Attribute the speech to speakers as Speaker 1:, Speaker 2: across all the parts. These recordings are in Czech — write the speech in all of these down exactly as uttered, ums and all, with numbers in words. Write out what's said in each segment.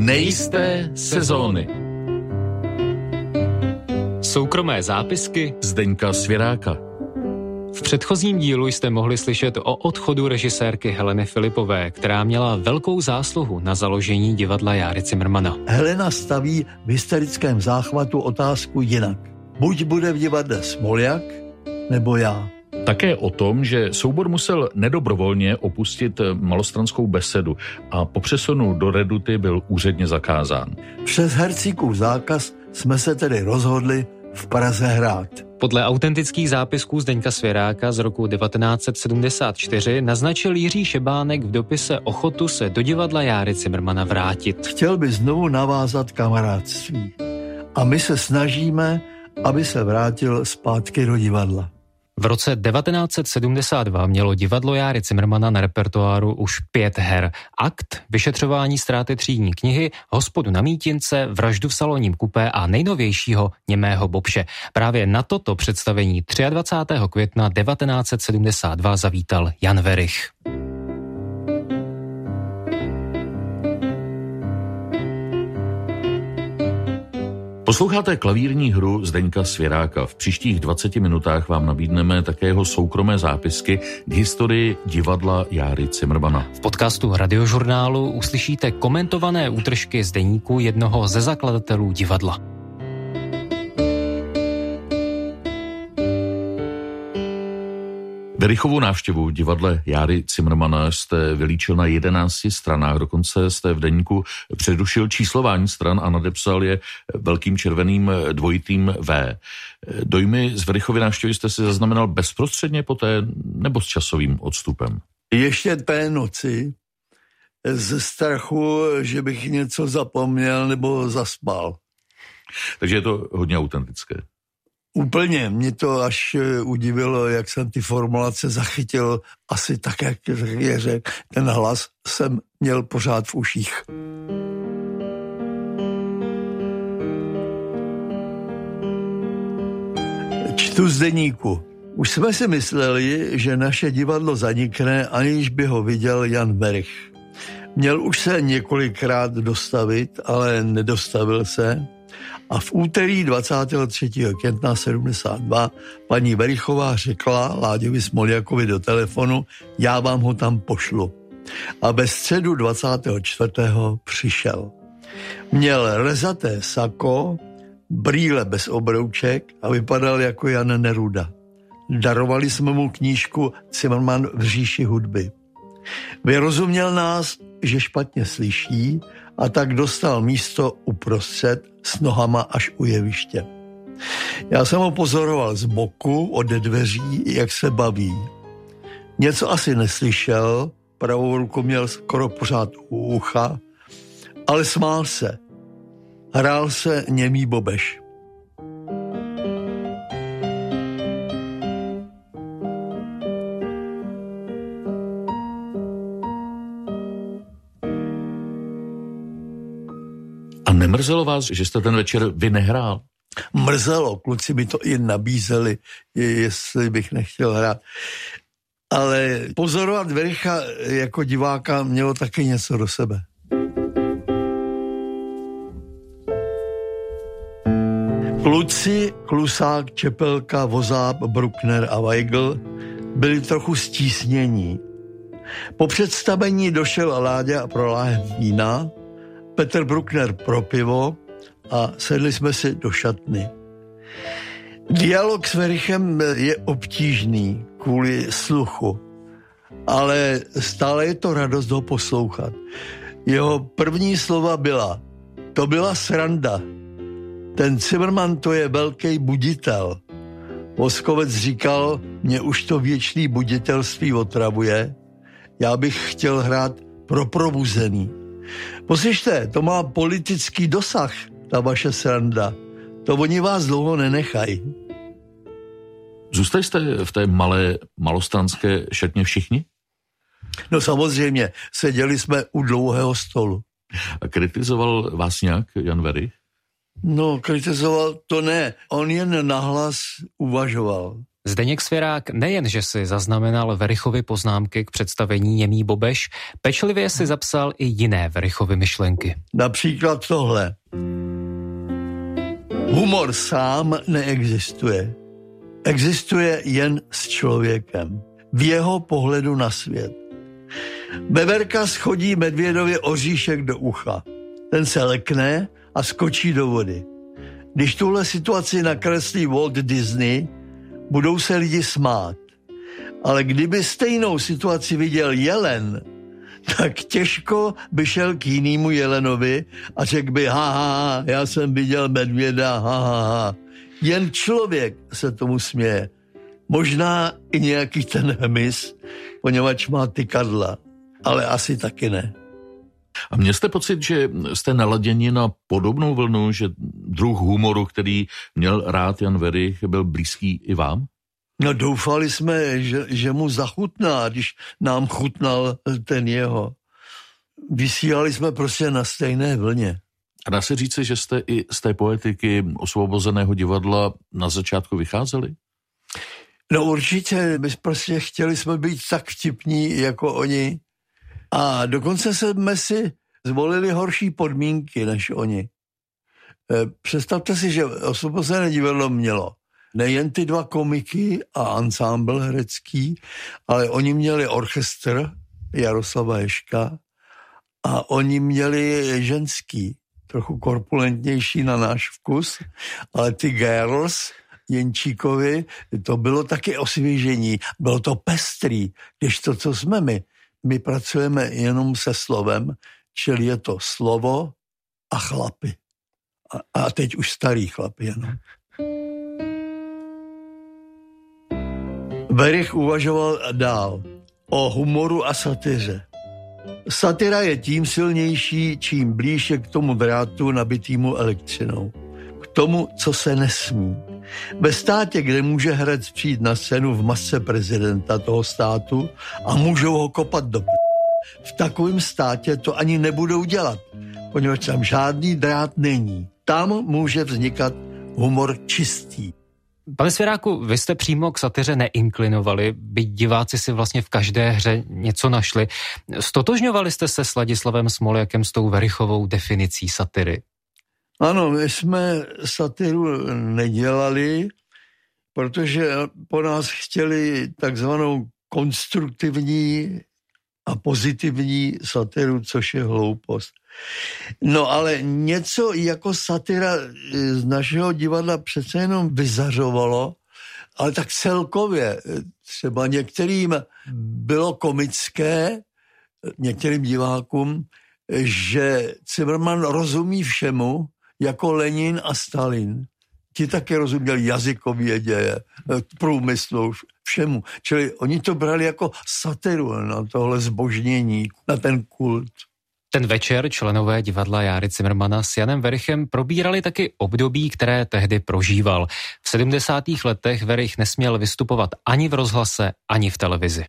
Speaker 1: Nejisté sezóny.
Speaker 2: Soukromé zápisky
Speaker 1: Zdeňka Svěráka.
Speaker 2: V předchozím dílu jste mohli slyšet o odchodu režisérky Heleny Filipové, která měla velkou zásluhu na založení divadla Járy Cimrmana.
Speaker 3: Helena staví v hysterickém záchvatu otázku jinak. Buď bude v divadle Smoljak, nebo já.
Speaker 1: Také o tom, že soubor musel nedobrovolně opustit Malostranskou besedu a po přesunu do Reduty byl úředně zakázán.
Speaker 3: Přes hercíkův zákaz jsme se tedy rozhodli v Praze hrát.
Speaker 2: Podle autentických zápisků Zdeňka Svěráka z roku devatenáct set sedmdesát čtyři naznačil Jiří Šebánek v dopise ochotu se do divadla Járy Cimrmana vrátit.
Speaker 3: Chtěl by znovu navázat kamarádství. A my se snažíme, aby se vrátil zpátky do divadla.
Speaker 2: V roce devatenáct set sedmdesát dva mělo divadlo Járy Cimrmana na repertoáru už pět her. Akt, vyšetřování ztráty třídní knihy, Hospodu na Mítince, Vraždu v salonním kupé a nejnovějšího Němého Bobše. Právě na toto představení dvacátého třetího května devatenáct set sedmdesát dva zavítal Jan Werich.
Speaker 1: Posloucháte klavírní hru Zdeňka Svěráka. V příštích dvaceti minutách vám nabídneme také jeho soukromé zápisky k historii divadla Járy Cimrmana.
Speaker 2: V podcastu Radiožurnálu uslyšíte komentované útržky z deníku jednoho ze zakladatelů divadla.
Speaker 1: Werichovu návštěvu v divadle Járy Cimrmana jste vylíčil na jedenácti stranách, dokonce jste v deníku předušil číslování stran a nadepsal je velkým červeným dvojitým V. Dojmy z Werichovy návštěvy jste si zaznamenal bezprostředně poté nebo s časovým odstupem?
Speaker 3: Ještě té noci ze strachu, že bych něco zapomněl nebo zaspal. Takže
Speaker 1: je to hodně autentické.
Speaker 3: Úplně, mě to až udivilo, jak jsem ty formulace zachytil, asi tak, jak je řekl. Ten hlas jsem měl pořád v uších. Čtu z deníku. Už jsme si mysleli, že naše divadlo zanikne, aniž by ho viděl Jan Werich. Měl už se několikrát dostavit, ale nedostavil se. A v úterý dvacátého třetího května sedmdesát dva paní Werichová řekla Láďovi Smoljakovi do telefonu, já vám ho tam pošlu. A ve středu dvacátého čtvrtého přišel. Měl rezaté sako, brýle bez obrouček a vypadal jako Jan Neruda. Darovali jsme mu knížku Cimrman v říši hudby. Vyrozuměl nás, že špatně slyší, a tak dostal místo uprostřed s nohama až u jeviště. Já jsem ho pozoroval z boku od dveří, jak se baví. Něco asi neslyšel, pravou ruku měl skoro pořád u ucha, ale smál se. Hrál se Němý Bobeš.
Speaker 1: Nemrzelo vás, že jste ten večer vy nehrál?
Speaker 3: Mrzelo, kluci mi to i nabízeli, jestli bych nechtěl hrát. Ale pozorovat Wericha jako diváka mělo taky něco do sebe. Kluci, Klusák, Čepelka, Vozáb, Bruckner a Weigl byli trochu stísnění. Po představení došel Láďa pro láhev vína, Petr Bruckner pro pivo a sedli jsme si do šatny. Dialog s Werichem je obtížný kvůli sluchu, ale stále je to radost ho poslouchat. Jeho první slova byla, to byla sranda. Ten Cimrman to je velký buditel. Voskovec říkal, mě už to věčný buditelství otravuje. Já bych chtěl hrát pro probuzený. Poslyšte, to má politický dosah, ta vaše sranda. To oni vás dlouho nenechají.
Speaker 1: Zůstali jste v té malé malostranské šatně všichni?
Speaker 3: No samozřejmě, seděli jsme u dlouhého stolu.
Speaker 1: A kritizoval vás nějak Jan Werich?
Speaker 3: No, kritizoval to ne. On jen nahlas uvažoval.
Speaker 2: Zdeněk Svěrák nejen, že si zaznamenal Werichovy poznámky k představení Němý Bobeš, pečlivě si zapsal i jiné Werichovy myšlenky.
Speaker 3: Například tohle. Humor sám neexistuje. Existuje jen s člověkem. V jeho pohledu na svět. Beverka schodí medvědovi oříšek do ucha. Ten se lekne a skočí do vody. Když tuhle situaci nakreslí Walt Disney, budou se lidi smát. Ale kdyby stejnou situaci viděl jelen, tak těžko by šel k jinému jelenovi a řekl by, ha, ha, ha, já jsem viděl medvěda, ha, ha, ha. Jen člověk se tomu směje. Možná i nějaký ten hmyz, poněvadž má tykadla, ale asi taky ne.
Speaker 1: A měl jste pocit, že jste naladěni na podobnou vlnu, že druh humoru, který měl rád Jan Werich, byl blízký i vám?
Speaker 3: No doufali jsme, že, že mu zachutná, když nám chutnal ten jeho. Vysílali jsme prostě na stejné vlně.
Speaker 1: A dá se říci, že jste i z té poetiky Osvobozeného divadla na začátku vycházeli?
Speaker 3: No určitě, my prostě chtěli jsme být tak vtipní jako oni a dokonce jsme si zvolili horší podmínky než oni. Představte si, že Osvobozené divadlo mělo nejen ty dva komiky a ansámbl herecký, ale oni měli orchestr Jaroslava Ježka a oni měli ženský, trochu korpulentnější na náš vkus, ale ty girls Jenčíkovi, to bylo taky osvěžení, bylo to pestrý, když to, co jsme my, my pracujeme jenom se slovem, čili je to slovo a chlapy. A, a teď už starý chlapy jenom. Werich uvažoval dál o humoru a satyře. Satyra je tím silnější, čím blíž je k tomu drátu nabitýmu elektřinou. K tomu, co se nesmí. Ve státě, kde může herec přijít na scénu v masce prezidenta toho státu a můžou ho kopat do p***, v takovém státě to ani nebudou dělat, poněvadž tam žádný drát není. Tam může vznikat humor čistý.
Speaker 2: Pane Svěráku, vy jste přímo k satyře neinklinovali, byť diváci si vlastně v každé hře něco našli. Stotožňovali jste se s Ladislavem Smoljakem s tou Werichovou definicí satyry?
Speaker 3: Ano, my jsme satyru nedělali, protože po nás chtěli takzvanou konstruktivní a pozitivní satyru, což je hloupost. No ale něco jako satyra z našeho divadla přece jenom vyzařovalo, ale tak celkově. Třeba některým bylo komické, některým divákům, že Cimrman rozumí všemu, jako Lenin a Stalin. Ti taky rozuměli jazykovědě, průmyslu, všemu. Čili oni to brali jako satiru na tohle zbožnění, na ten kult.
Speaker 2: Ten večer členové divadla Járy Cimrmana s Janem Werichem probírali taky období, které tehdy prožíval. V sedmdesátých letech Werich nesměl vystupovat ani v rozhlase, ani v televizi.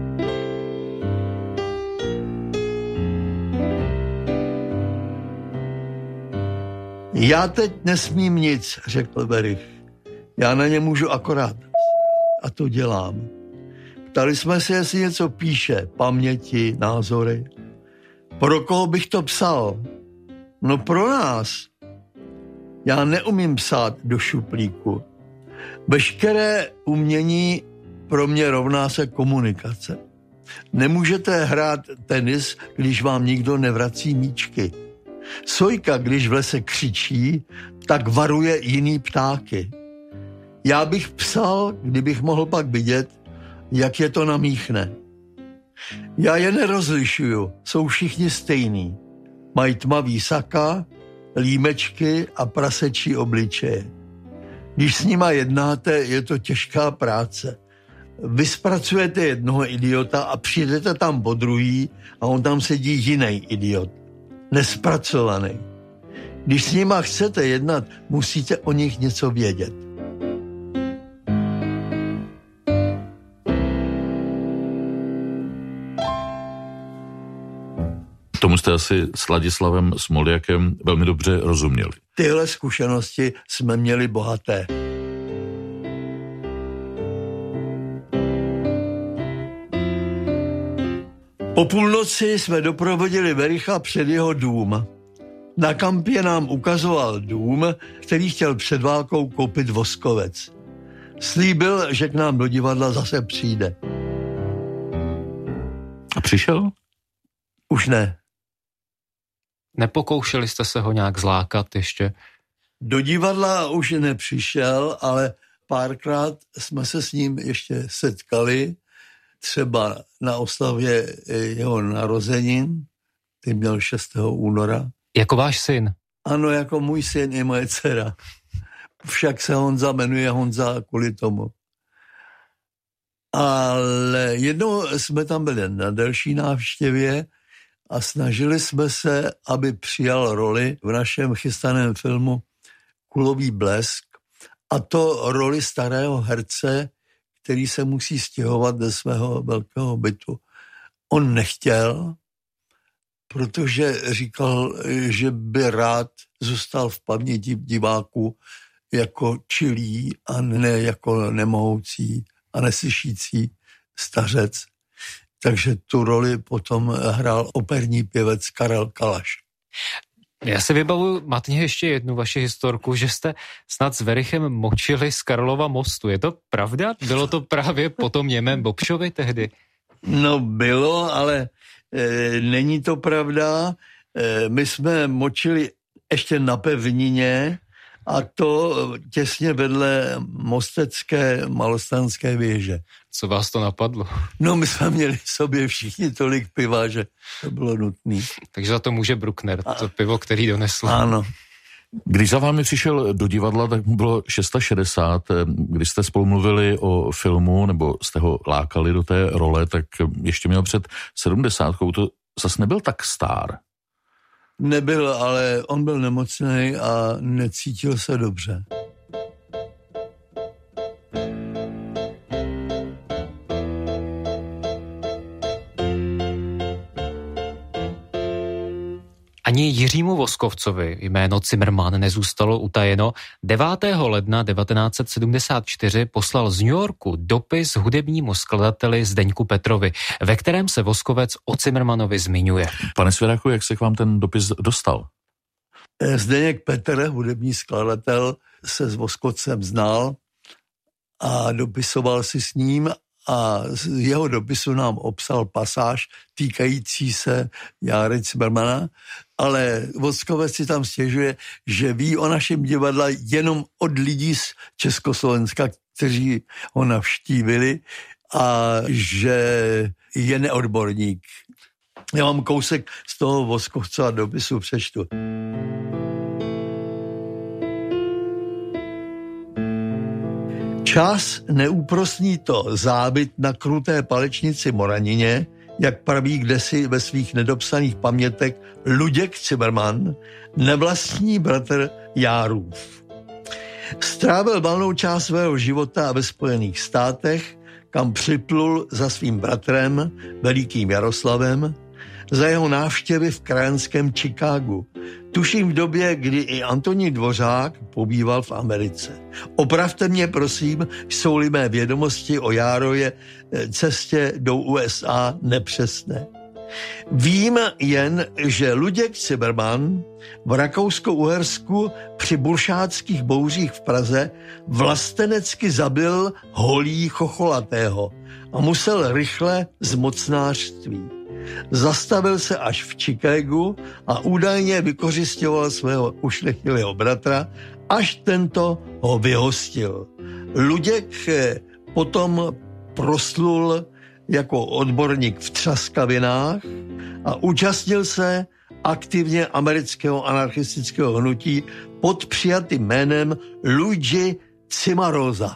Speaker 3: Já teď nesmím nic, řekl Werich. Já na ně můžu akorát a to dělám. Ptali jsme se, jestli něco píše, paměti, názory. Pro koho bych to psal? No pro nás. Já neumím psát do šuplíku. Veškeré umění pro mě rovná se komunikace. Nemůžete hrát tenis, když vám nikdo nevrací míčky. Sojka, když v lese křičí, tak varuje jiný ptáky. Já bych psal, kdybych mohl pak vidět, jak je to namíchne. Já je nerozlišuju, jsou všichni stejný. Mají tmavý saka, límečky a prasečí obličeje. Když s nima jednáte, je to těžká práce. Vy zpracujete jednoho idiota a přijdete tam po druhý a on tam sedí jiný idiot. Nespracovaný. Když s nima chcete jednat, musíte o nich něco vědět.
Speaker 1: Tomu jste asi s Ladislavem Smoljakem velmi dobře rozuměli.
Speaker 3: Tyhle zkušenosti jsme měli bohaté. Po půlnoci jsme doprovodili Wericha před jeho dům. Na kampě nám ukazoval dům, který chtěl před válkou koupit Voskovec. Slíbil, že k nám do divadla zase přijde.
Speaker 1: A přišel?
Speaker 3: Už ne.
Speaker 2: Nepokoušeli jste se ho nějak zlákat ještě?
Speaker 3: Do divadla už nepřišel, ale párkrát jsme se s ním ještě setkali, třeba na oslavě jeho narozenin, ty měl šestého února.
Speaker 2: Jako váš syn?
Speaker 3: Ano, jako můj syn i moje dcera. Však se Honza jmenuje Honza kvůli tomu. Ale jednou jsme tam byli na delší návštěvě a snažili jsme se, aby přijal roli v našem chystaném filmu Kulový blesk, a to roli starého herce, který se musí stěhovat ze svého velkého bytu. On nechtěl, protože říkal, že by rád zůstal v paměti diváků jako čilý a ne jako nemohoucí a neslyšící stařec. Takže tu roli potom hrál operní pěvec Karel Kalaš.
Speaker 2: Já si vybavuju matně ještě jednu vaši historku, že jste snad s Werichem močili z Karlova mostu. Je to pravda? Bylo to právě po tom němém Bobšovi tehdy?
Speaker 3: No bylo, ale e, není to pravda. E, my jsme močili ještě na pevnině, a to těsně vedle mostecké malostranské věže.
Speaker 2: Co vás to napadlo?
Speaker 3: No, my jsme měli v sobě všichni tolik piva, že to bylo nutné.
Speaker 2: Takže za to může Bruckner, to pivo, který donesl.
Speaker 3: Ano.
Speaker 1: Když za vámi přišel do divadla, tak mu bylo šedesát šest. Když jste spolu mluvili o filmu, nebo jste ho lákali do té role, tak ještě měl před sedmdesátkou. To zase nebyl tak star.
Speaker 3: Nebyl, ale on byl nemocný a necítil se dobře.
Speaker 2: Ani Jiřímu Voskovcovi jméno Zimmermann nezůstalo utajeno. devátého ledna devatenáct set sedmdesát čtyři poslal z New Yorku dopis hudebnímu skladateli Zdeňku Petrovi, ve kterém se Voskovec o Zimmermannovi zmiňuje.
Speaker 1: Pane Svěráku, jak se k vám ten dopis dostal?
Speaker 3: Zdeněk Petr, hudební skladatel, se s Voskovcem znal a dopisoval si s ním, a z jeho dopisu nám obsal pasáž týkající se Járy Zimmermana, ale Voskovec si tam stěžuje, že ví o našem divadle jenom od lidí z Československa, kteří ho navštívili, a že je neodborník. Já vám kousek z toho Voskovcova dopisu přečtu. Čas neúprosní to zábyt na kruté palečnici Moranině, jak praví kdesi ve svých nedopsaných pamětek Luděk Zimmermann, nevlastní bratr Járův. Strávil valnou část svého života ve Spojených státech, kam připlul za svým bratrem, velikým Jaroslavem, za jeho návštěvy v krajanském Chicagu. Tuším v době, kdy i Antonín Dvořák pobýval v Americe. Opravte mě, prosím, jsou-li mé vědomosti o Járově cestě do U S A nepřesné. Vím jen, že Luděk Zimmermann v Rakousko-Uhersku při buršátských bouřích v Praze vlastenecky zabil holí chocholatého a musel rychle z mocnářství. Zastavil se až v Chicagu a údajně vykořisťoval svého ušlechtilého bratra, až tento ho vyhostil. Luděk potom proslul jako odborník v třaskavinách a účastnil se aktivně amerického anarchistického hnutí pod přijatým jménem Luigi Cimarosa.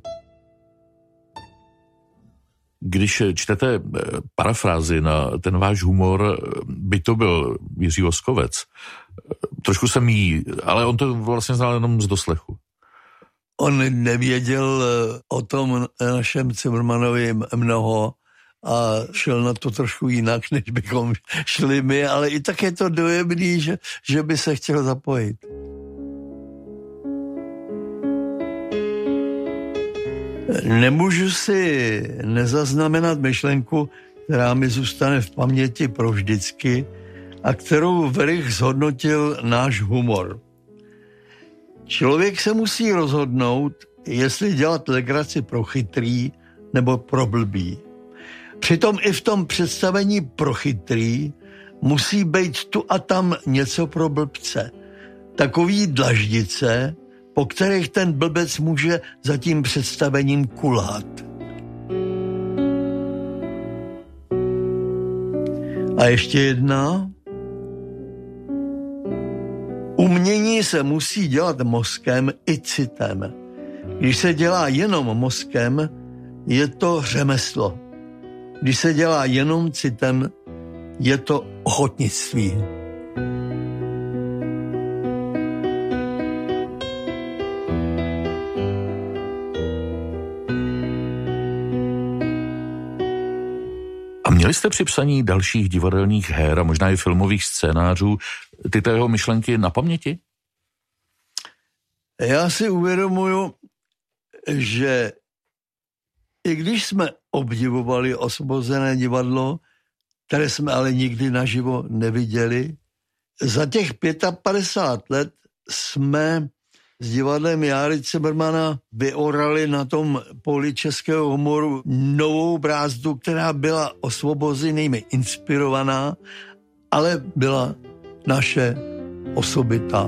Speaker 1: Když čtete parafrázi na ten váš humor, by to byl Jiří Voskovec, trošku se míjí, ale on to vlastně znal jenom z doslechu.
Speaker 3: On nevěděl o tom našem Zimmermannovi mnoho a šel na to trošku jinak, než bychom šli my, ale i tak je to dojemný, že, že by se chtěl zapojit. Nemůžu si nezaznamenat myšlenku, která mi zůstane v paměti pro vždycky a kterou Werich zhodnotil náš humor. Člověk se musí rozhodnout, jestli dělat legraci pro chytrý nebo pro blbý. Přitom i v tom představení pro chytrý musí být tu a tam něco pro blbce. Takový dlaždice, po kterých ten blbec může za tím představením kulhat. A ještě jedna. Umění se musí dělat mozkem i citem. Když se dělá jenom mozkem, je to řemeslo. Když se dělá jenom citem, je to ochotnictví.
Speaker 1: A měli jste při psaní dalších divadelních her a možná i filmových scénářů tyto jeho myšlenky na paměti?
Speaker 3: Já si uvědomuju, že i když jsme obdivovali Osvobozené divadlo, které jsme ale nikdy naživo neviděli, za těch padesát pět let jsme s divadlem Járy Cimrmana vyorali na tom poli českého humoru novou brázdu, která byla Osvobozenými inspirovaná, ale byla naše osobitá.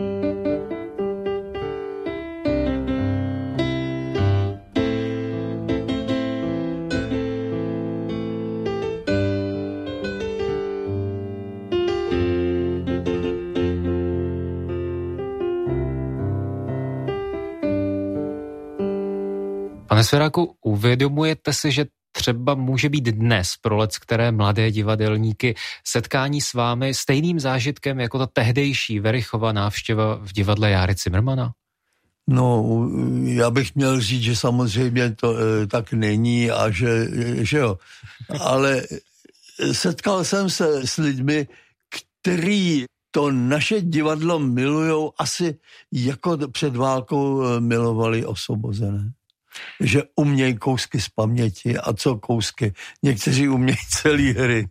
Speaker 2: Pane Svěráku, uvědomujete si, že třeba může být dnes pro leckteré mladé divadelníky setkání s vámi stejným zážitkem jako ta tehdejší Werichova návštěva v divadle Járy Cimrmana?
Speaker 3: No, já bych měl říct, že samozřejmě to e, tak není a že, že jo. Ale setkal jsem se s lidmi, který to naše divadlo milujou asi jako před válkou milovali Osvobozené. Že umějí kousky z paměti a co kousky. Někteří umějí celý hry.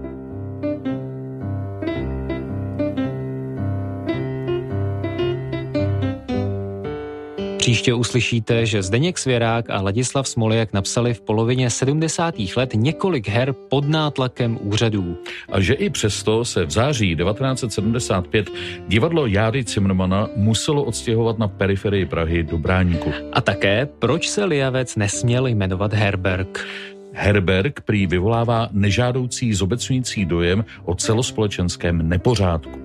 Speaker 2: Příště uslyšíte, že Zdeněk Svěrák a Ladislav Smoljak napsali v polovině sedmdesátých let několik her pod nátlakem úřadů.
Speaker 1: A že i přesto se v září devatenáct set sedmdesát pět divadlo Járy Cimrmana muselo odstěhovat na periferii Prahy do Bráníku.
Speaker 2: A také, proč se Liavec nesměl jmenovat Herberg.
Speaker 1: Herberg prý vyvolává nežádoucí zobecňující dojem o celospolečenském nepořádku.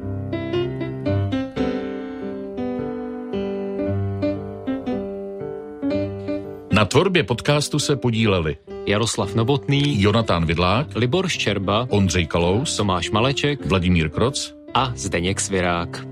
Speaker 1: Na tvorbě podcastu se podíleli
Speaker 2: Jaroslav Novotný,
Speaker 1: Jonatán Vidlák,
Speaker 2: Libor Ščerba,
Speaker 1: Ondřej Kalous,
Speaker 2: Tomáš Maleček,
Speaker 1: Vladimír Kroc
Speaker 2: a Zdeněk Svěrák.